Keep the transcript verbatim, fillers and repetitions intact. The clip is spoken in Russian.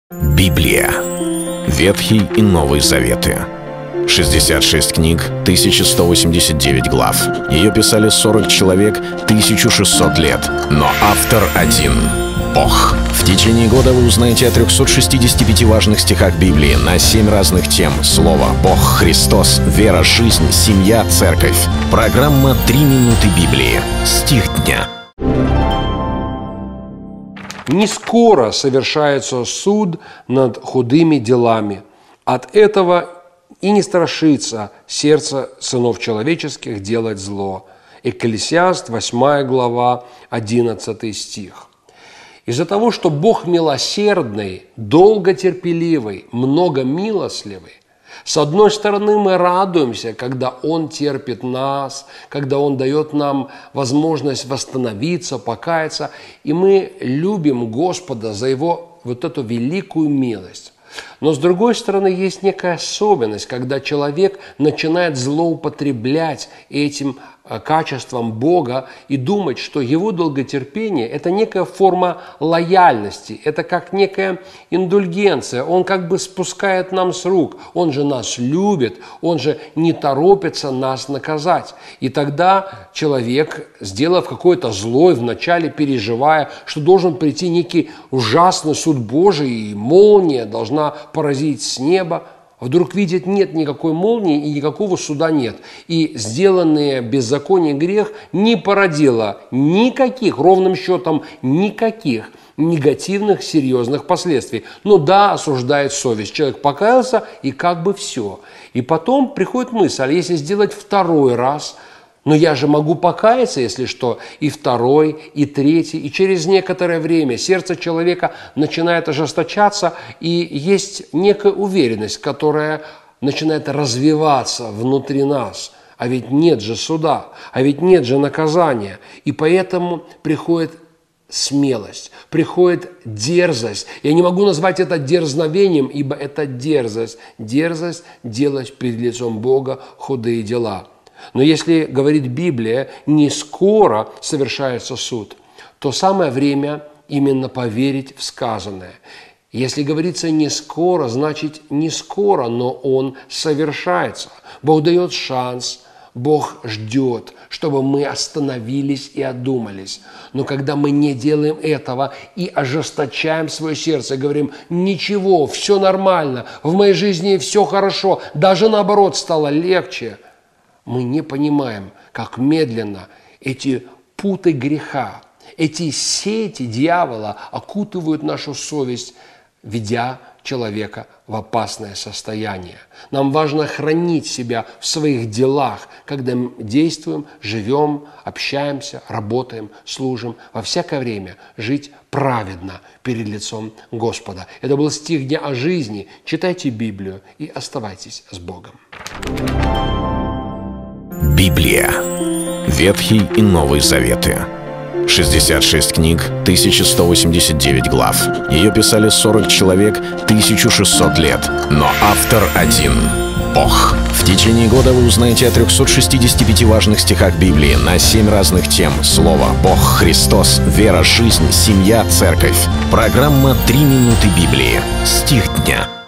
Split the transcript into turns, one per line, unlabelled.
Библия. Ветхий и Новый Заветы. шестьдесят шесть книг, тысяча сто восемьдесят девять глав. Ее писали сорок человек, тысяча шестьсот лет. Но автор один — Бог. В течение года вы узнаете о трёхстах шестидесяти пяти важных стихах Библии на семь разных тем. Слово, Бог, Христос, вера, жизнь, семья, церковь. Программа «Три минуты Библии». Стих дня.
Не скоро совершается суд над худыми делами. От этого и не страшится сердце сынов человеческих делать зло. Экклесиаст, восьмая глава, одиннадцатый стих. Из-за того, что Бог милосердный, долготерпеливый, многомилостливый, с одной стороны, мы радуемся, когда Он терпит нас, когда Он дает нам возможность восстановиться, покаяться, и мы любим Господа за Его вот эту великую милость. Но с другой стороны, есть некая особенность, когда человек начинает злоупотреблять этим качеством Бога и думать, что его долготерпение – это некая форма лояльности, это как некая индульгенция. Он как бы спускает нам с рук, Он же нас любит, Он же не торопится нас наказать. И тогда человек, сделав какое-то зло, вначале переживая, что должен прийти некий ужасный суд Божий, и молния должна поразить с неба, вдруг видит, нет никакой молнии и никакого суда нет. И сделанное беззаконие грех не породило никаких, ровным счетом никаких негативных, серьезных последствий. Ну да, осуждает совесть. Человек покаялся, и как бы все. И потом приходит мысль, а если сделать второй раз, но я же могу покаяться, если что, и второй, и третий, и через некоторое время сердце человека начинает ожесточаться, и есть некая уверенность, которая начинает развиваться внутри нас. А ведь нет же суда, а ведь нет же наказания. И поэтому приходит смелость, приходит дерзость. Я не могу назвать это дерзновением, ибо это дерзость. Дерзость делать перед лицом Бога худые дела. Но если, говорит Библия, не скоро совершается суд, то самое время именно поверить в сказанное. Если говорится «не скоро», значит не скоро, но он совершается. Бог дает шанс, Бог ждет, чтобы мы остановились и одумались. Но когда мы не делаем этого и ожесточаем свое сердце, говорим «ничего, все нормально, в моей жизни все хорошо, даже наоборот стало легче», мы не понимаем, как медленно эти путы греха, эти сети дьявола окутывают нашу совесть, ведя человека в опасное состояние. Нам важно хранить себя в своих делах, когда мы действуем, живем, общаемся, работаем, служим, во всякое время жить праведно перед лицом Господа. Это был стих дня о жизни. Читайте Библию и оставайтесь с Богом.
Библия. Ветхий и Новый Заветы. шестьдесят шесть книг, тысяча сто восемьдесят девять глав. Ее писали сорок человек, тысяча шестьсот лет. Но автор один — Бог. В течение года вы узнаете о трёхстах шестидесяти пяти важных стихах Библии на семь разных тем. Слово, Бог, Христос, вера, жизнь, семья, церковь. Программа «Три минуты Библии». Стих дня.